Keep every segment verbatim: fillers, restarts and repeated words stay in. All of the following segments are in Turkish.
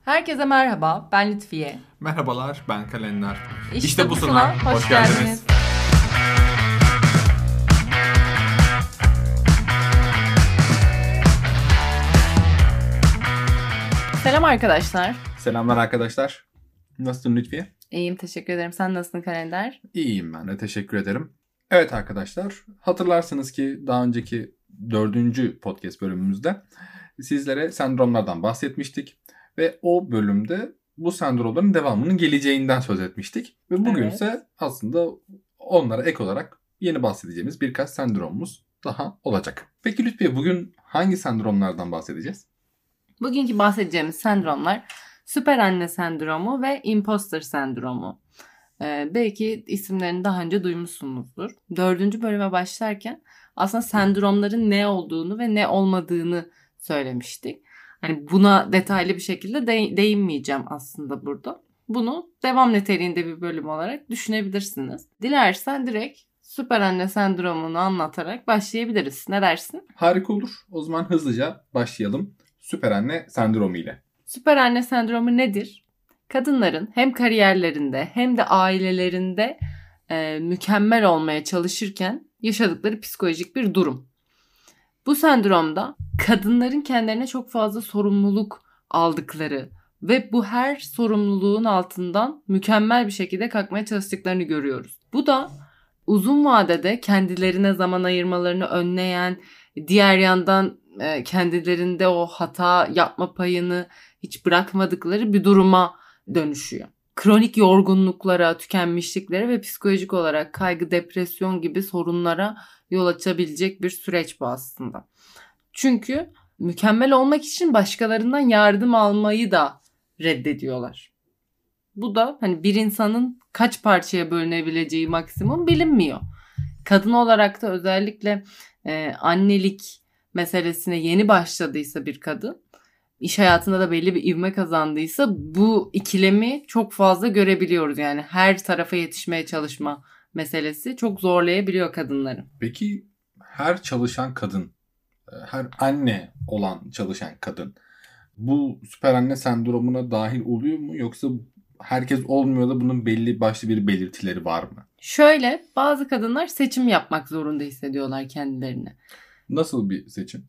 Herkese merhaba, ben Lütfiye. Merhabalar, ben Kalender. İşte, işte bu suna hoş, hoş geldiniz. geldiniz. Selam arkadaşlar. Selamlar arkadaşlar. Nasılsın Lütfiye? İyiyim, teşekkür ederim. Sen nasılsın Kalender? İyiyim ben de, teşekkür ederim. Evet arkadaşlar, hatırlarsınız ki daha önceki dördüncü podcast bölümümüzde sizlere sendromlardan bahsetmiştik. Ve o bölümde bu sendromların devamının geleceğinden söz etmiştik. Ve bugünse evet. aslında onlara ek olarak yeni bahsedeceğimiz birkaç sendromumuz daha olacak. Peki Lütfiye, bugün hangi sendromlardan bahsedeceğiz? Bugünkü bahsedeceğimiz sendromlar süper anne sendromu ve imposter sendromu. Ee, belki isimlerini daha önce duymuşsunuzdur. Dördüncü bölüme başlarken aslında sendromların ne olduğunu ve ne olmadığını söylemiştik. Hani buna detaylı bir şekilde de- değinmeyeceğim aslında burada. Bunu devam niteliğinde bir bölüm olarak düşünebilirsiniz. Dilersen direkt süper anne sendromunu anlatarak başlayabiliriz. Ne dersin? Harika olur. O zaman hızlıca başlayalım süper anne sendromu ile. Süper anne sendromu nedir? Kadınların hem kariyerlerinde hem de ailelerinde e, mükemmel olmaya çalışırken yaşadıkları psikolojik bir durum. Bu sendromda kadınların kendilerine çok fazla sorumluluk aldıkları ve bu her sorumluluğun altından mükemmel bir şekilde kalkmaya çalıştıklarını görüyoruz. Bu da uzun vadede kendilerine zaman ayırmalarını önleyen, diğer yandan kendilerinde o hata yapma payını hiç bırakmadıkları bir duruma dönüşüyor. Kronik yorgunluklara, tükenmişliklere ve psikolojik olarak kaygı, depresyon gibi sorunlara yol açabilecek bir süreç bu aslında. Çünkü mükemmel olmak için başkalarından yardım almayı da reddediyorlar. Bu da hani bir insanın kaç parçaya bölünebileceği maksimum bilinmiyor. Kadın olarak da özellikle e, annelik meselesine yeni başladıysa bir kadın, iş hayatında da belli bir ivme kazandıysa bu ikilemi çok fazla görebiliyoruz. Yani her tarafa yetişmeye çalışma meselesi çok zorlayabiliyor kadınları. Peki her çalışan kadın, her anne olan çalışan kadın bu süper anne sendromuna dahil oluyor mu? Yoksa herkes olmuyor da bunun belli başlı bir belirtileri var mı? Şöyle, bazı kadınlar seçim yapmak zorunda hissediyorlar kendilerini. Nasıl bir seçim?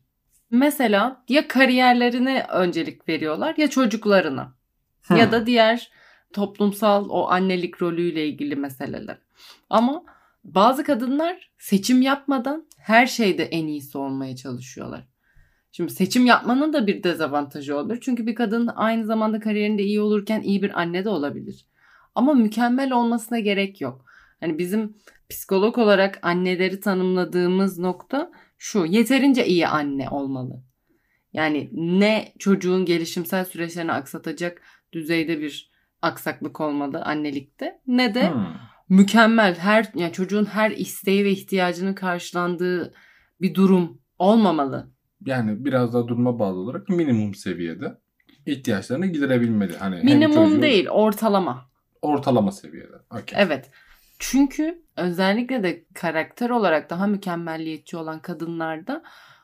Mesela ya kariyerlerine öncelik veriyorlar ya çocuklarına. Hmm. Ya da diğer toplumsal o annelik rolüyle ilgili meseleler. Ama bazı kadınlar seçim yapmadan her şeyde en iyisi olmaya çalışıyorlar. Şimdi seçim yapmanın da bir dezavantajı olabilir. Çünkü bir kadın aynı zamanda kariyerinde iyi olurken iyi bir anne de olabilir. Ama mükemmel olmasına gerek yok. Hani bizim psikolog olarak anneleri tanımladığımız nokta şu: yeterince iyi anne olmalı. Yani ne çocuğun gelişimsel süreçlerini aksatacak düzeyde bir aksaklık olmalı annelikte, ne de hmm. mükemmel her yani çocuğun her isteği ve ihtiyacının karşılandığı bir durum olmamalı. Yani biraz daha duruma bağlı olarak minimum seviyede ihtiyaçlarını giderebilmeli. Hani minimum çocuğun... değil, ortalama. Ortalama seviyede. Okay. Evet. Çünkü özellikle de karakter olarak daha mükemmelliyetçi olan kadınlarda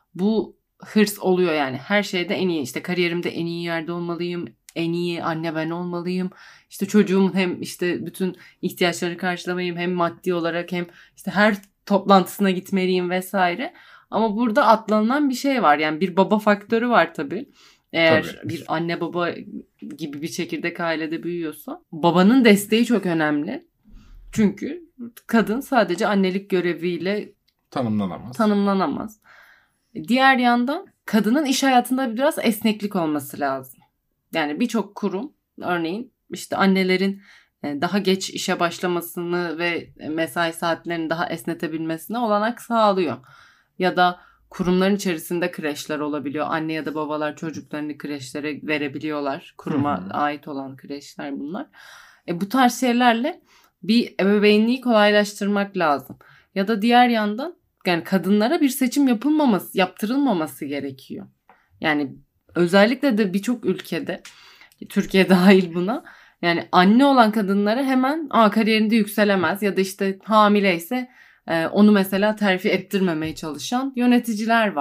bu hırs oluyor yani. Her şeyde en iyi, işte kariyerimde en iyi yerde olmalıyım, en iyi anne ben olmalıyım. İşte çocuğumun hem işte bütün ihtiyaçlarını karşılamayayım, hem maddi olarak hem işte her toplantısına gitmeliyim vesaire. Ama burada atlanılan bir şey var. Yani bir baba faktörü var tabii. Eğer tabii. bir anne baba gibi bir çekirdek ailede büyüyorsa babanın desteği çok önemli. Çünkü kadın sadece annelik göreviyle tanımlanamaz. tanımlanamaz. Diğer yandan kadının iş hayatında biraz esneklik olması lazım. Yani birçok kurum, örneğin işte annelerin daha geç işe başlamasını ve mesai saatlerini daha esnetebilmesine olanak sağlıyor. Ya da kurumların içerisinde kreşler olabiliyor. Anne ya da babalar çocuklarını kreşlere verebiliyorlar. Kuruma hı hı. ait olan kreşler bunlar. E bu tarz şeylerle bir ebeveynliği kolaylaştırmak lazım. Ya da diğer yandan yani kadınlara bir seçim yapılmaması, yaptırılmaması gerekiyor. Yani özellikle de birçok ülkede, Türkiye dahil buna, yani anne olan kadınlara hemen Aa, kariyerinde yükselemez ya da işte hamileyse e, onu mesela terfi ettirmemeye çalışan yöneticiler var.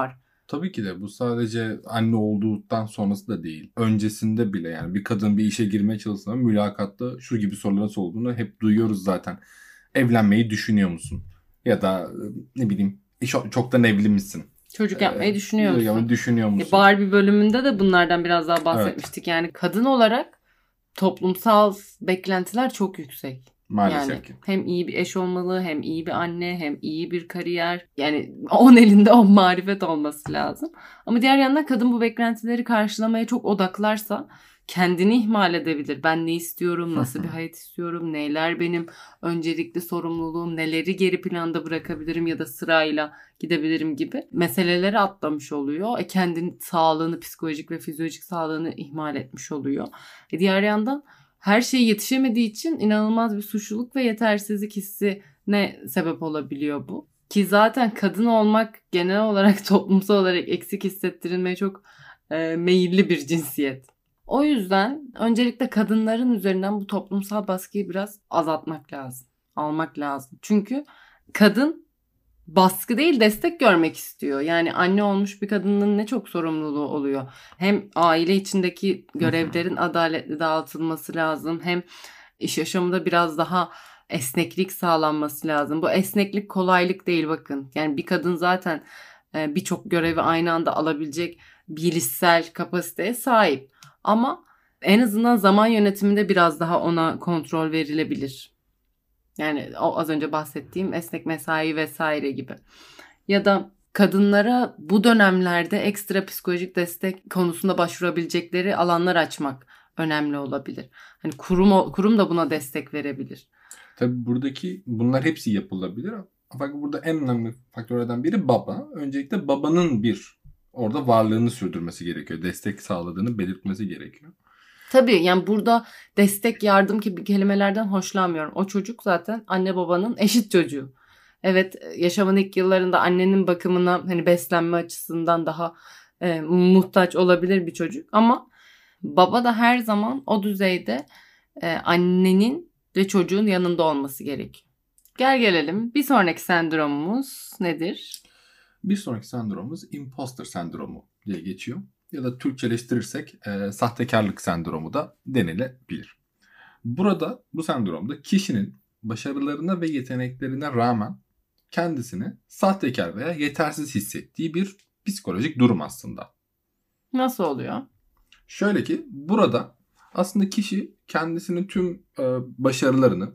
Tabii ki de bu sadece anne olduktan sonrası da değil. Öncesinde bile yani bir kadın bir işe girmeye çalışsa mülakatta şu gibi soruların sorulduğunu hep duyuyoruz zaten. Evlenmeyi düşünüyor musun? Ya da ne bileyim çok, çoktan evli misin? Çocuk yapmayı Ee, düşünüyor musun? Yani düşünüyor musun? E, Barbie bölümünde de bunlardan biraz daha bahsetmiştik. Evet. Yani kadın olarak toplumsal beklentiler çok yüksek. Maalesef yani ki. Hem iyi bir eş olmalı, hem iyi bir anne, hem iyi bir kariyer. Yani on elinde on marifet olması lazım. Ama diğer yandan kadın bu beklentileri karşılamaya çok odaklarsa kendini ihmal edebilir. Ben ne istiyorum, nasıl bir hayat istiyorum, neler benim öncelikli sorumluluğum, neleri geri planda bırakabilirim ya da sırayla gidebilirim gibi meseleleri atlamış oluyor. E kendini, sağlığını, psikolojik ve fizyolojik sağlığını ihmal etmiş oluyor. E diğer yandan her şeye yetişemediği için inanılmaz bir suçluluk ve yetersizlik hissine sebep olabiliyor bu. Ki zaten kadın olmak genel olarak toplumsal olarak eksik hissettirilmeye çok e, meyilli bir cinsiyet. O yüzden öncelikle kadınların üzerinden bu toplumsal baskıyı biraz azaltmak lazım. Almak lazım. Çünkü kadın baskı değil destek görmek istiyor. Yani anne olmuş bir kadının ne çok sorumluluğu oluyor. Hem aile içindeki görevlerin adaletli dağıtılması lazım. Hem iş yaşamında biraz daha esneklik sağlanması lazım. Bu esneklik kolaylık değil bakın. Yani bir kadın zaten birçok görevi aynı anda alabilecek bilişsel kapasiteye sahip. Ama en azından zaman yönetiminde biraz daha ona kontrol verilebilir. Yani o az önce bahsettiğim esnek mesai vesaire gibi. Ya da kadınlara bu dönemlerde ekstra psikolojik destek konusunda başvurabilecekleri alanlar açmak önemli olabilir. Hani kurum kurum da buna destek verebilir. Tabii buradaki bunlar hepsi yapılabilir. Fakat burada en önemli faktörlerden biri baba. Öncelikle babanın bir orada varlığını sürdürmesi gerekiyor. Destek sağladığını belirtmesi gerekiyor. Tabii yani burada destek, yardım gibi kelimelerden hoşlanmıyorum. O çocuk zaten anne babanın eşit çocuğu. Evet, yaşamın ilk yıllarında annenin bakımına hani beslenme açısından daha e, muhtaç olabilir bir çocuk. Ama baba da her zaman o düzeyde e, annenin ve çocuğun yanında olması gerekiyor. Gel gelelim bir sonraki sendromumuz nedir? Bir sonraki sendromumuz imposter sendromu diye geçiyor. Ya da Türkçeleştirirsek e, sahtekarlık sendromu da denilebilir. Burada bu sendromda kişinin başarılarına ve yeteneklerine rağmen kendisini sahtekar veya yetersiz hissettiği bir psikolojik durum aslında. Nasıl oluyor? Şöyle ki burada aslında kişi kendisinin tüm e, başarılarını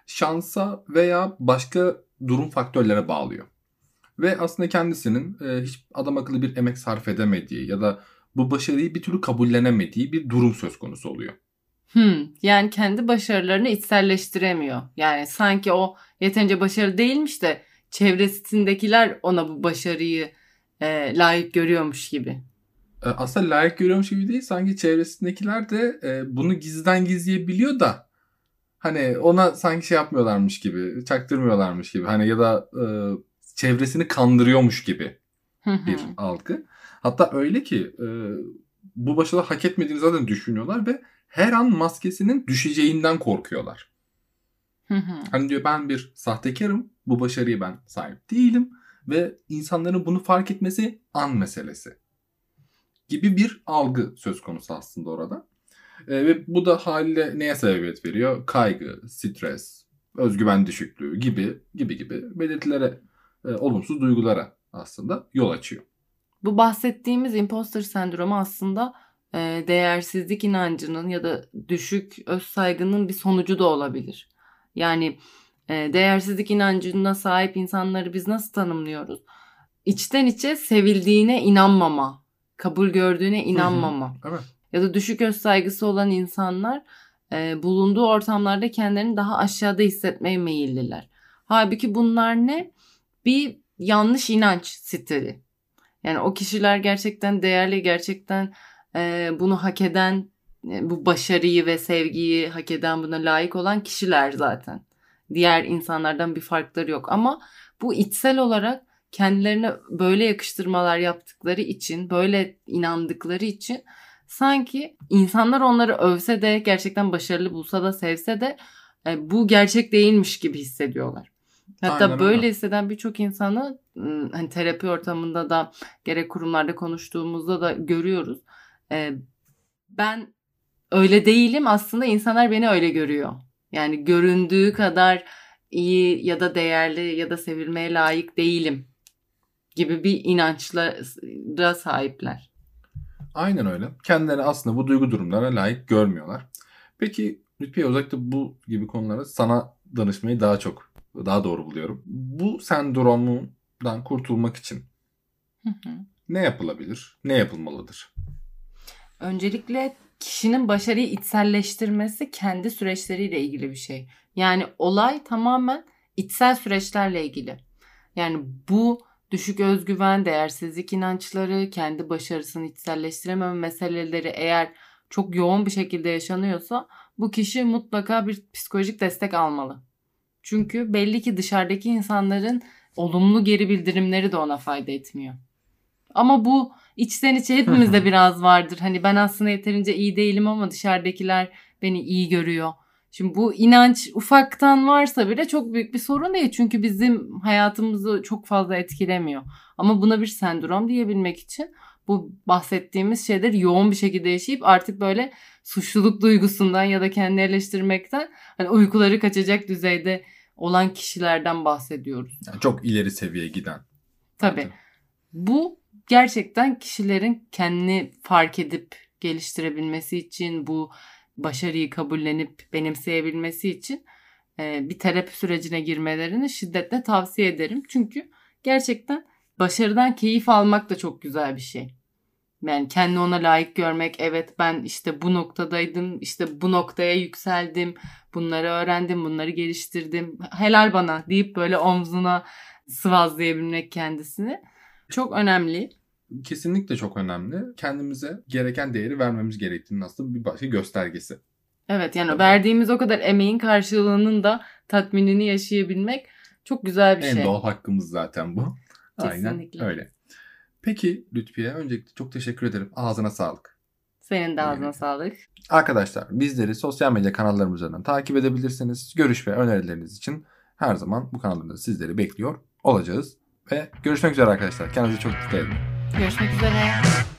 şansa veya başka durum faktörlere bağlıyor. Ve aslında kendisinin e, hiç adam akıllı bir emek sarf edemediği ya da bu başarıyı bir türlü kabullenemediği bir durum söz konusu oluyor. Hmm, yani kendi başarılarını içselleştiremiyor. Yani sanki o yeterince başarı değilmiş de çevresindekiler ona bu başarıyı e, layık görüyormuş gibi. E, aslında layık görüyormuş gibi değil. Sanki çevresindekiler de e, bunu gizliden gizliye biliyor da hani ona sanki şey yapmıyorlarmış gibi, çaktırmıyorlarmış gibi. Hani ya da e, çevresini kandırıyormuş gibi bir algı. Hatta öyle ki e, bu başarıları hak etmediğini zaten düşünüyorlar ve her an maskesinin düşeceğinden korkuyorlar. Hani diyor ben bir sahtekarım, bu başarıya ben sahip değilim ve insanların bunu fark etmesi an meselesi gibi bir algı söz konusu aslında orada. E, ve bu da haliyle neye sebebiyet veriyor? Kaygı, stres, özgüven düşüklüğü gibi gibi gibi belirtilere, e, olumsuz duygulara aslında yol açıyor. Bu bahsettiğimiz imposter sendromu aslında e, değersizlik inancının ya da düşük öz saygının bir sonucu da olabilir. Yani e, değersizlik inancına sahip insanları biz nasıl tanımlıyoruz? İçten içe sevildiğine inanmama, kabul gördüğüne inanmama. Hı hı, evet. Ya da düşük öz saygısı olan insanlar e, bulunduğu ortamlarda kendilerini daha aşağıda hissetmeye meyilliler. Halbuki bunlar ne? Bir yanlış inanç stili. Yani o kişiler gerçekten değerli, gerçekten e, bunu hak eden, e, bu başarıyı ve sevgiyi hak eden, buna layık olan kişiler zaten. Diğer insanlardan bir farkları yok. Ama bu içsel olarak kendilerine böyle yakıştırmalar yaptıkları için, böyle inandıkları için sanki insanlar onları övse de, gerçekten başarılı bulsa da, sevse de e, bu gerçek değilmiş gibi hissediyorlar. Hatta Aynen böyle öyle. hisseden birçok insanı hani terapi ortamında da gerek kurumlarda konuştuğumuzda da görüyoruz. Ee, ben öyle değilim, aslında insanlar beni öyle görüyor. Yani göründüğü kadar iyi ya da değerli ya da sevilmeye layık değilim gibi bir inançlara sahipler. Aynen öyle. Kendileri aslında bu duygu durumlara layık görmüyorlar. Peki Lütfiye, özellikle bu gibi konulara sana danışmayı daha çok, daha doğru buluyorum. Bu sendromundan kurtulmak için Hı hı. ne yapılabilir? Ne yapılmalıdır? Öncelikle kişinin başarıyı içselleştirmesi kendi süreçleriyle ilgili bir şey. Yani olay tamamen içsel süreçlerle ilgili. Yani bu düşük özgüven, değersizlik inançları, kendi başarısını içselleştirememe meseleleri eğer çok yoğun bir şekilde yaşanıyorsa bu kişi mutlaka bir psikolojik destek almalı. Çünkü belli ki dışarıdaki insanların olumlu geri bildirimleri de ona fayda etmiyor. Ama bu içten içe hepimizde biraz vardır. Hani ben aslında yeterince iyi değilim ama dışarıdakiler beni iyi görüyor. Şimdi bu inanç ufaktan varsa bile çok büyük bir sorun değil. Çünkü bizim hayatımızı çok fazla etkilemiyor. Ama buna bir sendrom diyebilmek için bu bahsettiğimiz şeyleri yoğun bir şekilde yaşayıp artık böyle suçluluk duygusundan ya da kendini eleştirmekten hani uykuları kaçacak düzeyde olan kişilerden bahsediyoruz. Yani çok ileri seviyeye giden. Tabii. Artık. Bu gerçekten kişilerin kendini fark edip geliştirebilmesi için, bu başarıyı kabullenip benimseyebilmesi için bir terapi sürecine girmelerini şiddetle tavsiye ederim. Çünkü gerçekten başarıdan keyif almak da çok güzel bir şey. Yani kendini ona layık görmek, evet ben işte bu noktadaydım, işte bu noktaya yükseldim, bunları öğrendim, bunları geliştirdim, helal bana deyip böyle omzuna sıvazlayabilmek kendisini çok önemli. Kesinlikle çok önemli. Kendimize gereken değeri vermemiz gerektiğinin aslında bir başka göstergesi. Evet, yani Tabii. verdiğimiz o kadar emeğin karşılığının da tatminini yaşayabilmek çok güzel bir en şey. En doğal hakkımız zaten bu. Kesinlikle. Aynen öyle. Peki Lütfiye, öncelikle çok teşekkür ederim. Ağzına sağlık. Senin de ağzına sağlık. Arkadaşlar, bizleri sosyal medya kanallarımız üzerinden takip edebilirsiniz. Görüş ve önerileriniz için her zaman bu kanallarda sizleri bekliyor olacağız. Ve görüşmek üzere arkadaşlar. Kendinize çok dikkat edin. Görüşmek üzere.